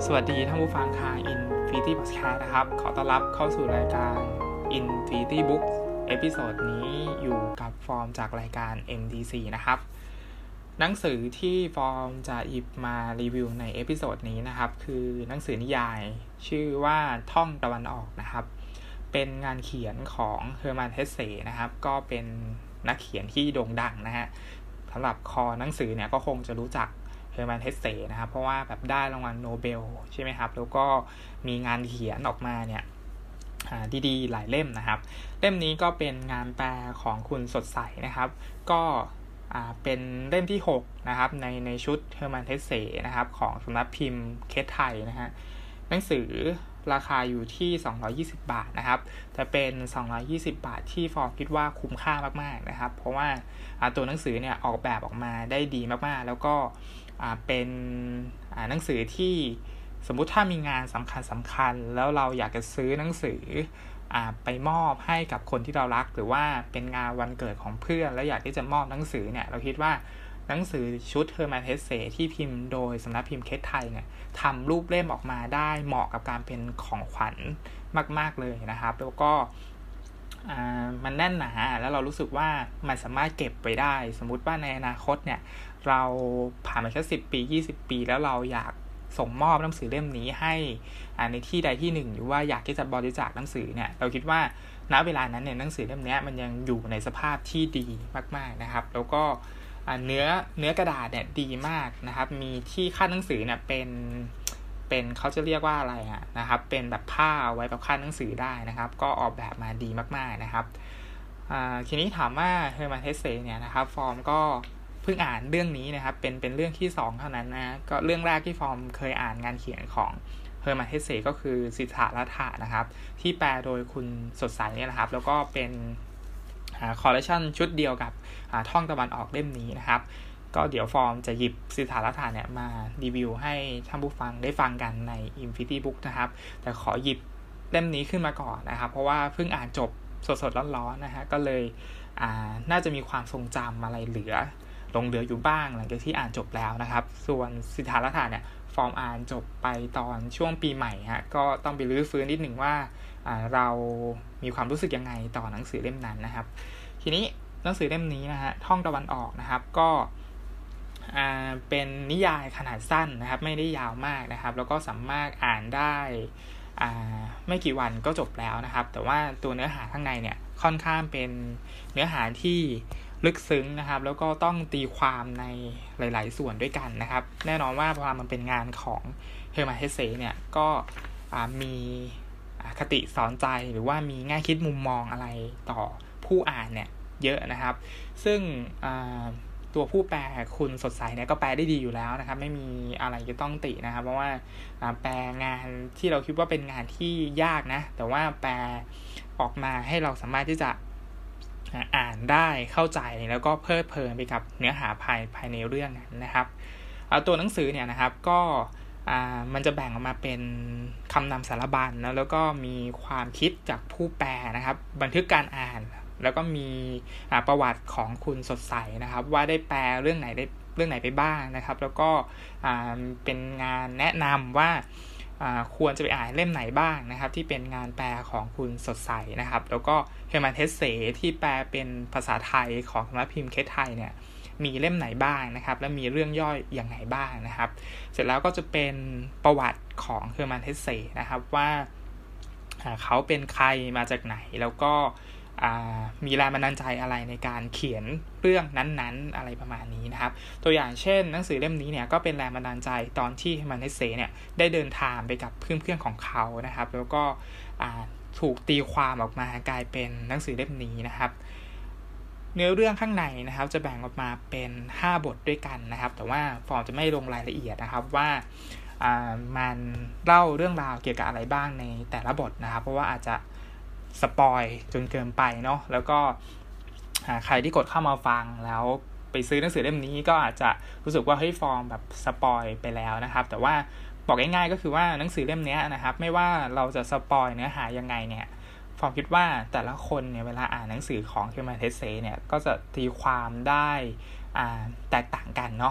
สวัสดีท่านผู้ฟังทาง Infinity Podcast นะครับขอต้อนรับเข้าสู่รายการ Infinity Books เอพิโซดนี้อยู่กับฟอร์มจากรายการ MDC นะครับหนังสือที่ฟอร์มจะหยิบมารีวิวในเอพิโซดนี้นะครับคือหนังสือนิยายชื่อว่าท่องตะวันออกนะครับเป็นงานเขียนของเฮอร์มัน เฮสเซนะครับก็เป็นนักเขียนที่โด่งดังนะฮะสำหรับคอหนังสือเนี่ยก็คงจะรู้จักเฮอร์มัน เฮสเซนะครับเพราะว่าแบบได้รางวัลโนเบลใช่ไหมครับแล้วก็มีงานเขียนออกมาเนี่ยดีๆหลายเล่มนะครับเล่มนี้ก็เป็นงานแปลของคุณสดใสนะครับก็เป็นเล่มที่6นะครับในชุดเฮอร์มัน เฮสเซนะครับของสำนักพิมพ์เคสไทยนะฮะหนังสือราคาอยู่ที่220 บาทนะครับแต่เป็น220 บาทที่ฟอร์มคิดว่าคุ้มค่ามากๆนะครับเพราะว่าตัวหนังสือเนี่ยออกแบบออกมาได้ดีมากๆแล้วก็เป็นหนังสือที่สมมุติถ้ามีงานสำคัญแล้วเราอยากจะซื้อหนังสือไปมอบให้กับคนที่เรารักหรือว่าเป็นงานวันเกิดของเพื่อนแล้วอยากที่จะมอบหนังสือเนี่ยเราคิดว่าหนังสือชุดเฮอร์มัน เฮสเซที่พิมพ์โดยสำนักพิมพ์เคสไทยเนี่ยทำรูปเล่มออกมาได้เหมาะกับการเป็นของขวัญมากๆเลยนะครับแล้วก็มันแน่นหนาแล้วเรารู้สึกว่ามันสามารถเก็บไว้ได้สมมุติว่าในอนาคตเนี่ยเราผ่านมาแค่10 ปี20 ปีแล้วเราอยากส่งมอบหนังสือเล่มนี้ให้ในที่ใดที่หนึ่งหรือว่าอยากที่จะบริจาคหนังสือเนี่ยเราคิดว่าณเวลานั้นเนี่ยหนังสือเล่มนี้มันยังอยู่ในสภาพที่ดีมากๆนะครับแล้วก็เนื้อกระดาษเนี่ยดีมากนะครับมีที่คาดหนังสือเนี่ยเป็นเขาจะเรียกว่าอะไรนะครับเป็นแบบผ้าไว้แบบคาดหนังสือได้นะครับก็ออกแบบมาดีมากๆนะครับทีนี้ถามว่าเฮอร์มัน เฮสเซเนี่ยนะครับฟอร์มก็เพิ่งอ่านเรื่องนี้นะครับเป็นเรื่องที่2เท่านั้นนะก็เรื่องแรกที่ฟอร์มเคยอ่านงานเขียนของเฮอร์มัน เฮสเซก็คือสิทธารัฐานะครับที่แปลโดยคุณสดใสเนี่ยนะครับแล้วก็เป็นคอลเลคชันชุดเดียวกับท่องตะวันออกเล่มนี้นะครับก็เดี๋ยวฟอร์มจะหยิบสิทธารัฐาเนี่ยมารีวิวให้ท่านผู้ฟังได้ฟังกันใน Infinity Book นะครับแต่ขอหยิบเล่มนี้ขึ้นมาก่อนนะครับเพราะว่าเพิ่งอ่านจบสดๆร้อนๆนะฮะก็เลยน่าจะมีความทรงจำอะไรหลงเหลืออยู่บ้างหลังจากที่อ่านจบแล้วนะครับส่วนสิทธารัฐาเนี่ยฟอร์มอ่านจบไปตอนช่วงปีใหม่ฮะก็ต้องไปรื้อฟื้นนิดหนึ่งว่าเรามีความรู้สึกยังไงต่อหนังสือเล่มนั้นนะครับทีนี้หนังสือเล่มนี้นะฮะท่องตะวันออกนะครับก็เป็นนิยายขนาดสั้นนะครับไม่ได้ยาวมากนะครับแล้วก็สามารถอ่านได้ไม่กี่วันก็จบแล้วนะครับแต่ว่าตัวเนื้อหาข้างในเนี่ยค่อนข้างเป็นเนื้อหาที่ลึกซึ้งนะครับแล้วก็ต้องตีความในหลายๆส่วนด้วยกันนะครับแน่นอนว่าพอมันเป็นงานของเฮอร์มัน เฮสเซเนี่ยก็มีคติสอนใจหรือว่ามีแง่คิดมุมมองอะไรต่อผู้อ่านเนี่ยเยอะนะครับซึ่งตัวผู้แปลคุณสดใสเนี่ยก็แปลได้ดีอยู่แล้วนะครับไม่มีอะไรจะต้องตินะครับเพราะว่าแปลงานที่เราคิดว่าเป็นงานที่ยากนะแต่ว่าแปลออกมาให้เราสามารถที่จะอ่านได้เข้าใจแล้วก็เพลิดเพลินไปกับเนื้อหาภายในเรื่องนั้นนะครับตัวหนังสือเนี่ยนะครับก็มันจะแบ่งออกมาเป็นคำนำสารบัญนะแล้วก็มีความคิดจากผู้แปลนะครับบันทึกการอ่านแล้วก็มีประวัติของคุณสดใสนะครับว่าได้แปลเรื่องไหนไปบ้างนะครับแล้วก็เป็นงานแนะนำว่าควรจะไปอ่านเล่มไหนบ้างนะครับที่เป็นงานแปลของคุณสดใสนะครับแล้วก็เฮอร์มัน เฮสเซที่แปลเป็นภาษาไทยของสำนักพิมพ์เคสไทยเนี่ยมีเล่มไหนบ้างนะครับและมีเรื่องย่อยอย่างไรบ้างนะครับเสร็จแล้วก็จะเป็นประวัติของเฮอร์มัน เฮสเซนะครับว่าเขาเป็นใครมาจากไหนแล้วก็มีแรงบันดาลใจอะไรในการเขียนเรื่องนั้นๆอะไรประมาณนี้นะครับตัวอย่างเช่นหนังสือเล่มนี้เนี่ยก็เป็นแรงบันดาลใจตอนที่เฮอร์มัน เฮสเซเนี่ยได้เดินทางไปกับเพื่อนๆของเขานะครับแล้วก็ถูกตีความออกมากลายเป็นหนังสือเล่มนี้นะครับเนื้อเรื่องข้างในนะครับจะแบ่งออกมาเป็น5 บทด้วยกันนะครับแต่ว่าฟอร์มจะไม่ลงรายละเอียดนะครับว่ามันเล่าเรื่องราวเกี่ยวกับอะไรบ้างในแต่ละบทนะครับเพราะว่าอาจจะสปอยจนเกินไปเนาะแล้วก็ใครที่กดเข้ามาฟังแล้วไปซื้อหนังสือเล่มนี้ก็อาจจะรู้สึกว่าเฮ้ยฟอร์มแบบสปอยไปแล้วนะครับแต่ว่าบอกง่ายๆก็คือว่าหนังสือเล่มนี้นะครับไม่ว่าเราจะสปอยเนื้อหายังไงเนี่ยฟอร์มคิดว่าแต่ละคนเนี่ยเวลาอ่านหนังสือของเฮอร์มัน เฮสเซเนี่ยก็จะตีความได้แตกต่างกันเนาะ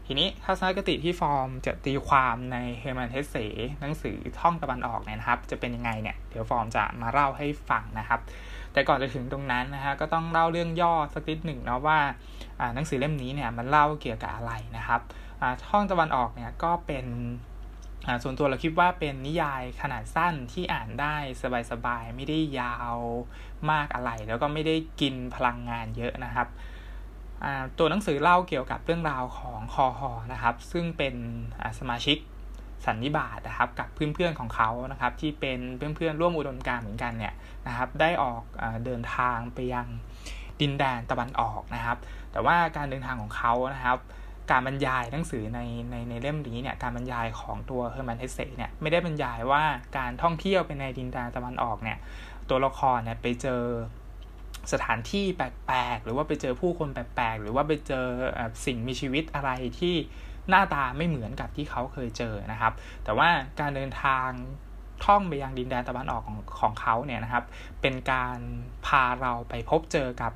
ทีนี้ทัศนคติที่ฟอร์มจะตีความในเฮอร์แมน เฮสเซหนังสือท่องตะวันออกเนี่ยนะครับจะเป็นยังไงเนี่ยเดี๋ยวฟอร์มจะมาเล่าให้ฟังนะครับแต่ก่อนจะถึงตรงนั้นนะฮะก็ต้องเล่าเรื่องย่อสักนิดหนึ่งนะว่าหนังสือเล่มนี้เนี่ยมันเล่าเกี่ยวกับอะไรนะครับท่องตะวันออกเนี่ยก็เป็นส่วนตัวเราคิดว่าเป็นนิยายขนาดสั้นที่อ่านได้สบายๆไม่ได้ยาวมากอะไรแล้วก็ไม่ได้กินพลังงานเยอะนะครับตัวหนังสือเล่าเกี่ยวกับเรื่องราวของคอฮอนะครับซึ่งเป็นสมาชิกสันนิบาตนะครับกับเพื่อนๆของเขานะครับที่เป็นเพื่อนๆร่วมอุดมการณ์เหมือนกันเนี่ยนะครับได้ออกเดินทางไปยังดินแดนตะวันออกนะครับแต่ว่าการเดินทางของเขานะครับการบรรยายหนังสือในเล่มนี้เนี่ยการบรรยายของตัวเฮอร์แมน เฮสเซเนี่ยไม่ได้บรรยายว่าการท่องเที่ยวไปในดินแดนตะวันออกเนี่ยตัวละครเนี่ยไปเจอสถานที่แปลกๆหรือว่าไปเจอผู้คนแปลกๆหรือว่าไปเจอสิ่งมีชีวิตอะไรที่หน้าตาไม่เหมือนกับที่เขาเคยเจอนะครับแต่ว่าการเดินทางท่องไปยังดินแดนตะวันออกของเขาเนี่ยนะครับเป็นการพาเราไปพบเจอกับ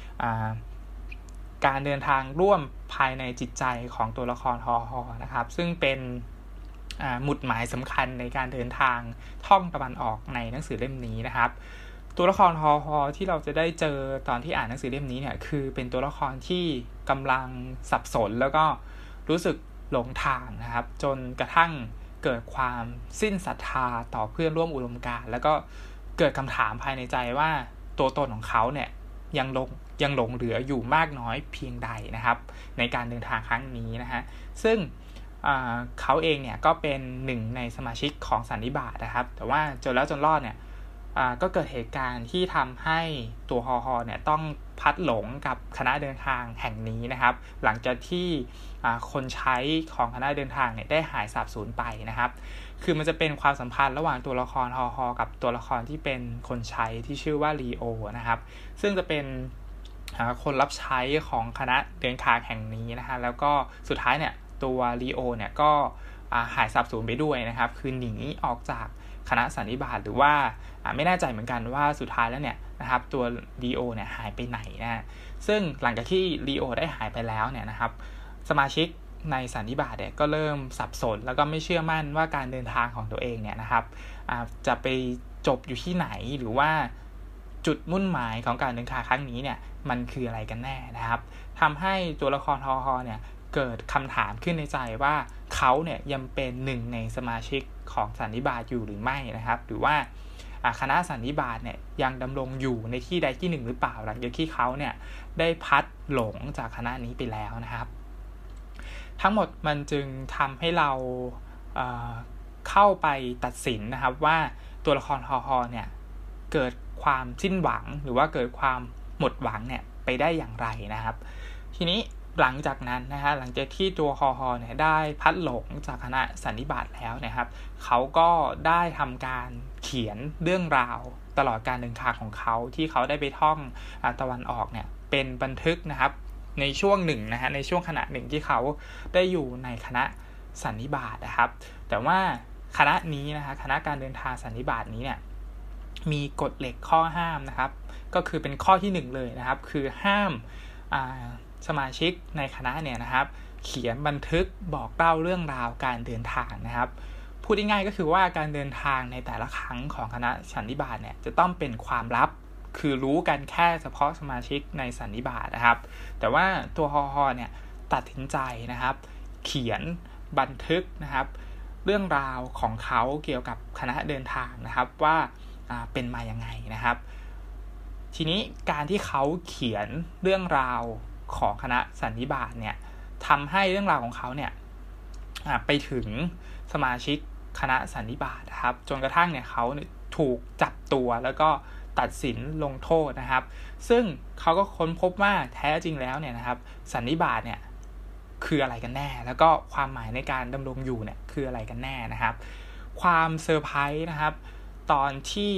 การเดินทางร่วมภายในจิตใจของตัวละครฮอนะครับซึ่งเป็นหมุดหมายสำคัญในการเดินทางท่องตะวันออกในหนังสือเล่มนี้นะครับตัวละครฮอที่เราจะได้เจอตอนที่อ่านหนังสือเล่มนี้เนี่ยคือเป็นตัวละครที่กำลังสับสนแล้วก็รู้สึกหลงทางนะครับจนกระทั่งเกิดความสิ้นศรัทธาต่อเพื่อนร่วมอุดมการณ์แล้วก็เกิดคำถามภายในใจว่าตัวตนของเขาเนี่ยยังหลงเหลืออยู่มากน้อยเพียงใดนะครับในการเดินทางครั้งนี้นะฮะซึ่งเขาเองเนี่ยก็เป็นหนึ่งในสมาชิกของสันนิบาตนะครับแต่ว่าจนแล้วจนรอดเนี่ยก็เกิดเหตุการณ์ที่ทำให้ตัวฮอเนี่ยต้องพัดหลงกับคณะเดินทางแห่งนี้นะครับหลังจากที่คนใช้ของคณะเดินทางเนี่ยได้หายสาบสูญไปนะครับคือมันจะเป็นความสัมพันธ์ระหว่างตัวละครฮอกับตัวละครที่เป็นคนใช้ที่ชื่อว่าลีโอนะครับซึ่งจะเป็นคนรับใช้ของคณะเดินทางแห่งนี้นะฮะแล้วก็สุดท้ายเนี่ยตัวลีโอเนี่ยก็หายสาบสูญไปด้วยนะครับคือหนีออกจากคณะสันนิบาตหรือว่าไม่แน่ใจเหมือนกันว่าสุดท้ายแล้วเนี่ยนะครับตัวลีโอเนี่ยหายไปไหนนะซึ่งหลังจากที่ลีโอได้หายไปแล้วเนี่ยนะครับสมาชิกในสันนิบาตเนี่ยก็เริ่มสับสนแล้วก็ไม่เชื่อมั่นว่าการเดินทางของตัวเองเนี่ยนะครับจะไปจบอยู่ที่ไหนหรือว่าจุดมุ่งหมายของการเดินทางครั้งนี้เนี่ยมันคืออะไรกันแน่นะครับทำให้ตัวละครฮอเนี่ยเกิดคำถามขึ้นในใจว่าเขาเนี่ยยังเป็นหนึ่งในสมาชิกของสันนิบาตอยู่หรือไม่นะครับหรือว่าคณะสันนิบาตเนี่ยยังดำรงอยู่ในที่ใดที่หนึ่งหรือเปล่าหลังจากที่เขาเนี่ยได้พัดหลงจากคณะนี้ไปแล้วนะครับทั้งหมดมันจึงทำให้เราเข้าไปตัดสินนะครับว่าตัวละครฮอเนี่ยเกิดความสิ้นหวังหรือว่าเกิดความหมดหวังเนี่ยไปได้อย่างไรนะครับทีนี้หลังจากนั้นนะฮะหลังจากที่ตัวฮอเนี่ยได้พัดหลงจากคณะสันนิบาตแล้วนะครับเขาก็ได้ทำการเขียนเรื่องราวตลอดการเดินทางของเขาที่เขาได้ไปท่องตะวันออกเนี่ยเป็นบันทึกนะครับในช่วงหนึ่งนะฮะในช่วงขณะหนึ่งที่เขาได้อยู่ในคณะสันนิบาตนะครับแต่ว่าคณะนี้นะฮะคณะการเดินทางสันนิบาตนี้เนี่ยมีกฎเหล็กข้อห้ามนะครับก็คือเป็นข้อที่1เลยนะครับคือห้ามสมาชิกในคณะเนี่ยนะครับเขียนบันทึกบอกเล่าเรื่องราวการเดินทางนะครับพูดง่ายๆก็คือว่าการเดินทางในแต่ละครั้งของคณะสันนิบาตเนี่ยจะต้องเป็นความลับคือรู้กันแค่เฉพาะสมาชิกในสันนิบาตนะครับแต่ว่าตัวฮอเนี่ยตัดสินใจนะครับเขียนบันทึกนะครับเรื่องราวของเขาเกี่ยวกับคณะเดินทางนะครับว่าเป็นมายังไงนะครับทีนี้การที่เขาเขียนเรื่องราวของคณะสันนิบาตเนี่ยทำให้เรื่องราวของเขาเนี่ยไปถึงสมาชิกคณะสันนิบาตนะครับจนกระทั่งเนี่ยเขาถูกจับตัวแล้วก็ตัดสินลงโทษนะครับซึ่งเขาก็ค้นพบว่าแท้จริงแล้วเนี่ยนะครับสันนิบาตเนี่ยคืออะไรกันแน่แล้วก็ความหมายในการดำรงอยู่เนี่ยคืออะไรกันแน่นะครับความเซอร์ไพรส์นะครับตอนที่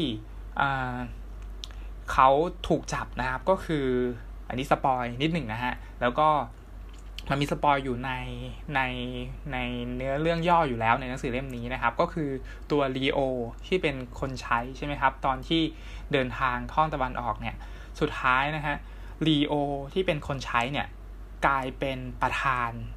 เขาถูกจับนะครับก็คืออันนี้สปอยนิดหนึ่งนะฮะแล้วก็มันมีสปอยอยู่ในเนื้อเรื่องย่ออยู่แล้วในหนังสือเล่มนี้นะครับก็คือตัวลีโอที่เป็นคนใช้ใช่ไหมครับตอนที่เดินทางท่องตะวันออกเนี่ยสุดท้ายนะฮะลีโอที่เป็นคนใช้เนี่ยกลายเป็นประธาน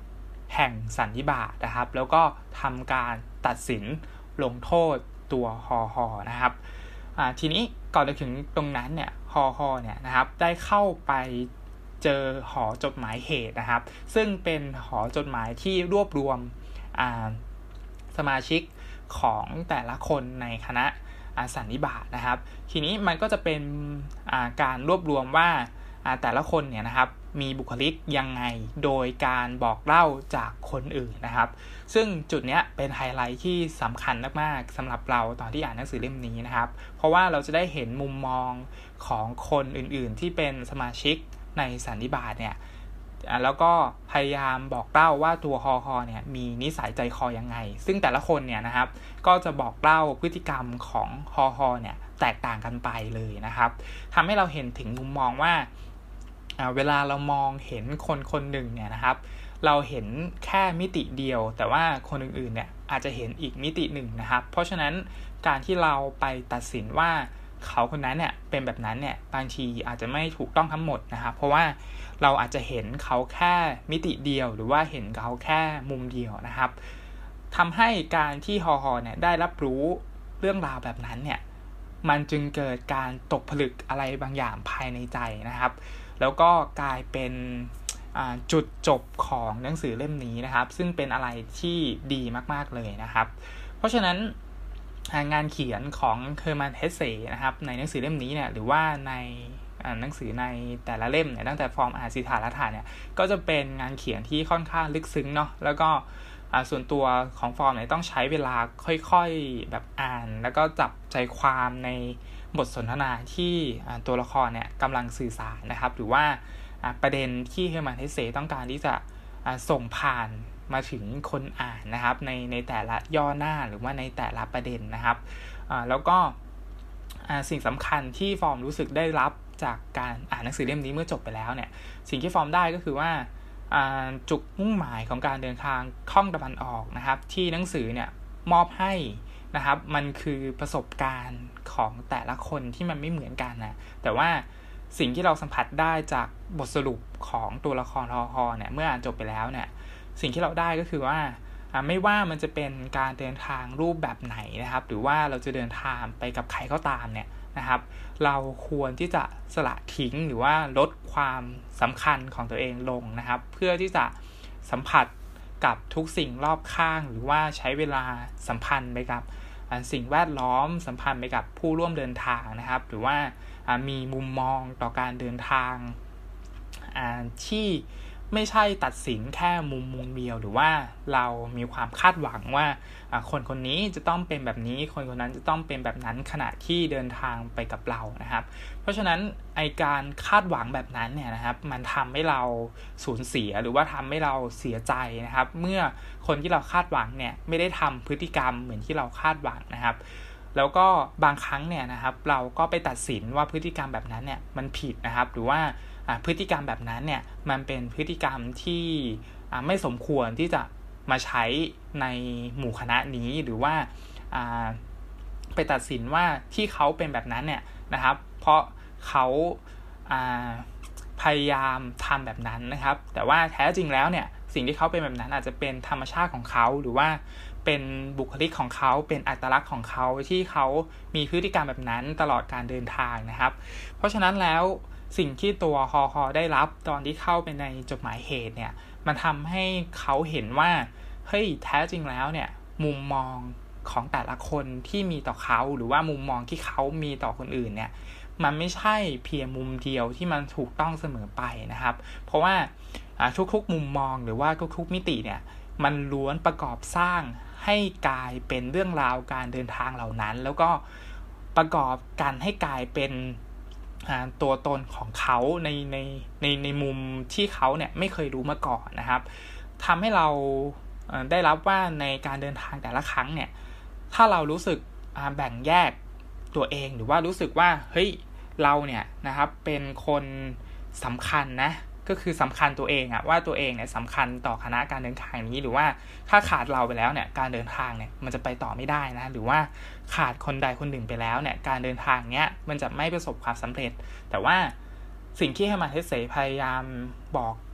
แห่งสันนิบาตนะครับแล้วก็ทำการตัดสินลงโทษตัวฮอนะครับทีนี้ก่อนจะถึงตรงนั้นเนี่ยฮอเนี่ยนะครับได้เข้าไปเจอหอจดหมายเหตุนะครับซึ่งเป็นหอจดหมายที่รวบรวมสมาชิกของแต่ละคนในคณะสันนิบาตนะครับทีนี้มันก็จะเป็นการรวบรวมว่าแต่ละคนเนี่ยนะครับมีบุคลิกยังไงโดยการบอกเล่าจากคนอื่นนะครับซึ่งจุดเนี้ยเป็นไฮไลท์ที่สำคัญมากๆสำหรับเราตอนที่อ่านหนังสือเล่มนี้นะครับเพราะว่าเราจะได้เห็นมุมมองของคนอื่นๆที่เป็นสมาชิกในสันนิบาตเนี่ยแล้วก็พยายามบอกเล่าว่าตัวฮอเนี่ยมีนิสัยใจคอยังไงซึ่งแต่ละคนเนี่ยนะครับก็จะบอกเล่าพฤติกรรมของฮอเนี่ยแตกต่างกันไปเลยนะครับทำให้เราเห็นถึงมุมมองว่าเวลาเรามองเห็นคนหนึ่งเนี่ยนะครับเราเห็นแค่มิติเดียวแต่ว่าคนอื่นๆเนี่ยอาจจะเห็นอีกมิติหนึ่งนะครับเพราะฉะนั้นการที่เราไปตัดสินว่าเขาคนนั้นเนี่ยเป็นแบบนั้นเนี่ยบางทีอาจจะไม่ถูกต้องทั้งหมดนะครับเพราะว่าเราอาจจะเห็นเขาแค่มิติเดียวหรือว่าเห็นเขาแค่มุมเดียวนะครับทำให้การที่ฮอเนี่ยได้รับรู้เรื่องราวแบบนั้นเนี่ยมันจึงเกิดการตกผลึกอะไรบางอย่างภายในใจนะครับแล้วก็กลายเป็นจุดจบของหนังสือเล่มนี้นะครับซึ่งเป็นอะไรที่ดีมากๆเลยนะครับเพราะฉะนั้นงานเขียนของเฮอร์มันเฮสเซนะครับในหนังสือเล่มนี้เนี่ยหรือว่าในหนังสือในแต่ละเล่มเนี่ยตั้งแต่ฟอร์มสิทธารัฐาเนี่ยก็จะเป็นงานเขียนที่ค่อนข้างลึกซึ้งเนาะแล้วก็ส่วนตัวของฟอร์มเนี่ยต้องใช้เวลาค่อยๆแบบอ่านแล้วก็จับใจความในบทสนทนาที่ตัวละครเนี่ยกำลังสื่อสารนะครับหรือว่าประเด็นที่เฮอร์มันเฮสเซต้องการที่จะส่งผ่านมาถึงคนอ่านนะครับในแต่ละย่อหน้าหรือว่าในแต่ละประเด็นนะครับแล้วก็สิ่งสำคัญที่ฟอร์มรู้สึกได้รับจากการอ่านหนังสือเล่มนี้เมื่อจบไปแล้วเนี่ยสิ่งที่ฟอร์มได้ก็คือว่าจุดมุ่งหมายของการเดินทางท่องตะวันออกนะครับที่หนังสือเนี่ยมอบให้นะครับมันคือประสบการณ์ของแต่ละคนที่มันไม่เหมือนกันนะแต่ว่าสิ่งที่เราสัมผัสได้จากบทสรุปของตัวละครฮอเนี่ยเมื่ออ่านจบไปแล้วเนี่ยสิ่งที่เราได้ก็คือว่าไม่ว่ามันจะเป็นการเดินทางรูปแบบไหนนะครับหรือว่าเราจะเดินทางไปกับใครก็ตามเนี่ยนะครับเราควรที่จะสละทิ้งหรือว่าลดความสำคัญของตัวเองลงนะครับเพื่อที่จะสัมผัสกับทุกสิ่งรอบข้างหรือว่าใช้เวลาสัมพันธ์ไปกับสิ่งแวดล้อมสัมพันธ์ไปกับผู้ร่วมเดินทางนะครับหรือว่ามีมุมมองต่อการเดินทางที่ไม่ใช่ตัดสินแค่มุมเดียวหรือว่าเรามีความคาดหวังว่าคนคนนี้จะต้องเป็นแบบนี้คนคนนั้นจะต้องเป็นแบบนั้นขณะที่เดินทางไปกับเรานะครับเพราะฉะนั้นไอการคาดหวังแบบนั้นเนี่ยนะครับมันทำให้เราสูญเสียหรือว่าทำให้เราเสียใจนะครับเมื่อคนที่เราคาดหวังเนี่ยไม่ได้ทำพฤติกรรมเหมือนที่เราคาดหวังนะครับแล้วก็บางครั้งเนี่ยนะครับเราก็ไปตัดสินว่าพฤติกรรมแบบนั้นเนี่ยมันผิดนะครับหรือว่าพฤติกรรมแบบนั้นเนี่ยมันเป็นพฤติกรรมที่ไม่สมควรที่จะมาใช้ในหมู่คณะนี้หรือว่าไปตัดสินว่าที่เขาเป็นแบบนั้นเนี่ยนะครับเพราะเขาพยายามทำแบบนั้นนะครับแต่ว่าแท้จริงแล้วเนี่ยสิ่งที่เขาเป็นแบบนั้นอาจจะเป็นธรรมชาติของเขาหรือว่าเป็นบุคลิกของเขาเป็นอัตลักษณ์ของเขาที่เขามีพฤติกรรมแบบนั้นตลอดการเดินทางนะครับเพราะฉะนั้นแล้วสิ่งที่ตัวฮอได้รับตอนที่เข้าไปในจดหมายเหตุเนี่ยมันทำให้เขาเห็นว่าเฮ้ยแท้จริงแล้วเนี่ยมุมมองของแต่ละคนที่มีต่อเขาหรือว่ามุมมองที่เขามีต่อคนอื่นเนี่ยมันไม่ใช่เพียงมุมเดียวที่มันถูกต้องเสมอไปนะครับเพราะว่าทุกๆมุมมองหรือว่าทุกๆมิติเนี่ยมันล้วนประกอบสร้างให้กลายเป็นเรื่องราวการเดินทางเหล่านั้นแล้วก็ประกอบกันให้กลายเป็นตัวตนของเขาในมุมที่เขาเนี่ยไม่เคยรู้มาก่อนนะครับทำให้เราได้รับว่าในการเดินทางแต่ละครั้งเนี่ยถ้าเรารู้สึกแบ่งแยกตัวเองหรือว่ารู้สึกว่าเฮ้ยเราเนี่ยนะครับเป็นคนสำคัญนะก็คือสำคัญตัวเองว่าตัวเองเนี่ยสำคัญต่อคณะการเดินทางนี้หรือว่าถ้าขาดเราไปแล้วเนี่ยการเดินทางเนี่ยมันจะไปต่อไม่ได้นะหรือว่าขาดคนใดคนหนึ่งไปแล้วเนี่ยการเดินทางเนี้ยมันจะไม่ประสบความสำเร็จแต่ว่าสิ่งที่เฮอร์มันเฮสเซพยายามบอก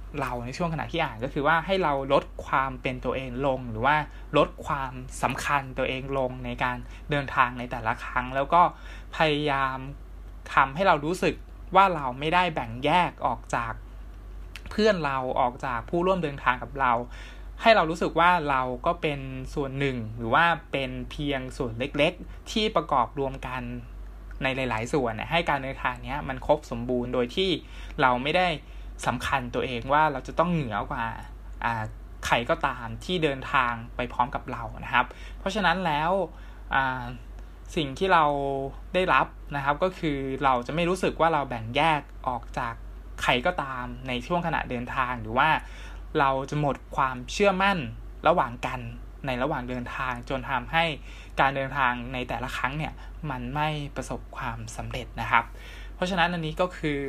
เราในช่วงขณะที่อ่านก็คือว่าให้เราลดความเป็นตัวเองลงหรือว่าลดความสำคัญตัวเองลงในการเดินทางในแต่ละครั้งแล้วก็พยายามทำให้เรารู้สึกว่าเราไม่ได้แบ่งแยกออกจากเพื่อนเราออกจากผู้ร่วมเดินทางกับเราให้เรารู้สึกว่าเราก็เป็นส่วนหนึ่งหรือว่าเป็นเพียงส่วนเล็กๆที่ประกอบรวมกันในหลายๆส่วนให้การเดินทางนี้มันครบสมบูรณ์โดยที่เราไม่ได้สำคัญตัวเองว่าเราจะต้องเหนือกว่าใครก็ตามที่เดินทางไปพร้อมกับเรานะครับเพราะฉะนั้นแล้วสิ่งที่เราได้รับนะครับก็คือเราจะไม่รู้สึกว่าเราแบ่งแยกออกจากใครก็ตามในช่วงขณะเดินทางหรือว่าเราจะหมดความเชื่อมั่นระหว่างกันในระหว่างเดินทางจนทำให้การเดินทางในแต่ละครั้งเนี่ยมันไม่ประสบความสำเร็จนะครับเพราะฉะนั้นอันนี้ก็คือ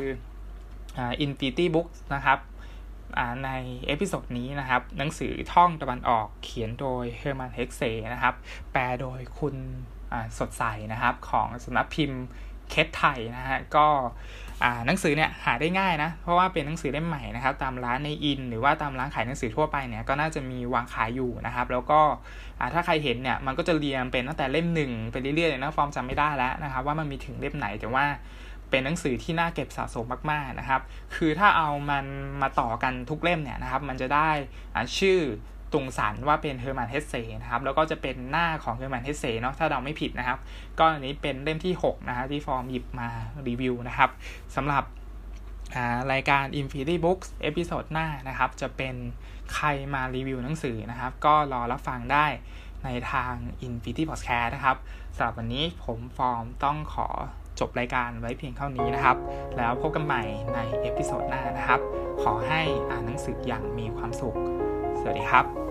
Infinity Books นะครับในเอพิโซดนี้นะครับหนังสือท่องตะวันออกเขียนโดยเฮอร์มันเฮกเซนะครับแปลโดยคุณสดใสนะครับของสำนักพิมพ์เคสไทยนะฮะก็หนังสือเนี่ยหาได้ง่ายนะเพราะว่าเป็นหนังสือเล่มใหม่นะครับตามร้านในอินหรือว่าตามร้านขายหนังสือทั่วไปเนี่ยก็น่าจะมีวางขายอยู่นะครับแล้วก็ถ้าใครเห็นเนี่ยมันก็จะเรียงเป็นตั้งแต่เล่ม1ไปเรื่อยๆเลยนะฟอร์มจำไม่ได้แล้วนะครับว่ามันมีถึงเล่มไหนแต่ว่าเป็นหนังสือที่น่าเก็บสะสมมากๆนะครับคือถ้าเอามันมาต่อกันทุกเล่มเนี่ยนะครับมันจะได้ชื่อตรงสรรว่าเป็นเฮอร์มันเฮสเซนะครับแล้วก็จะเป็นหน้าของเฮอร์มันเฮสเซเนาะถ้าเราไม่ผิดนะครับก็อันนี้เป็นเล่มที่6นะฮะที่ฟอร์มหยิบมารีวิวนะครับสำหรับรายการ Infinity Books เอพิโซดหน้านะครับจะเป็นใครมารีวิวหนังสือนะครับก็รอรับฟังได้ในทาง Infinity Podcast นะครับสำหรับวันนี้ผมฟอร์มต้องขอจบรายการไว้เพียงเท่านี้นะครับแล้วพบกันใหม่ในเอพิโซดหน้านะครับขอให้อ่านหนังสืออย่างมีความสุขสวัสดีครับ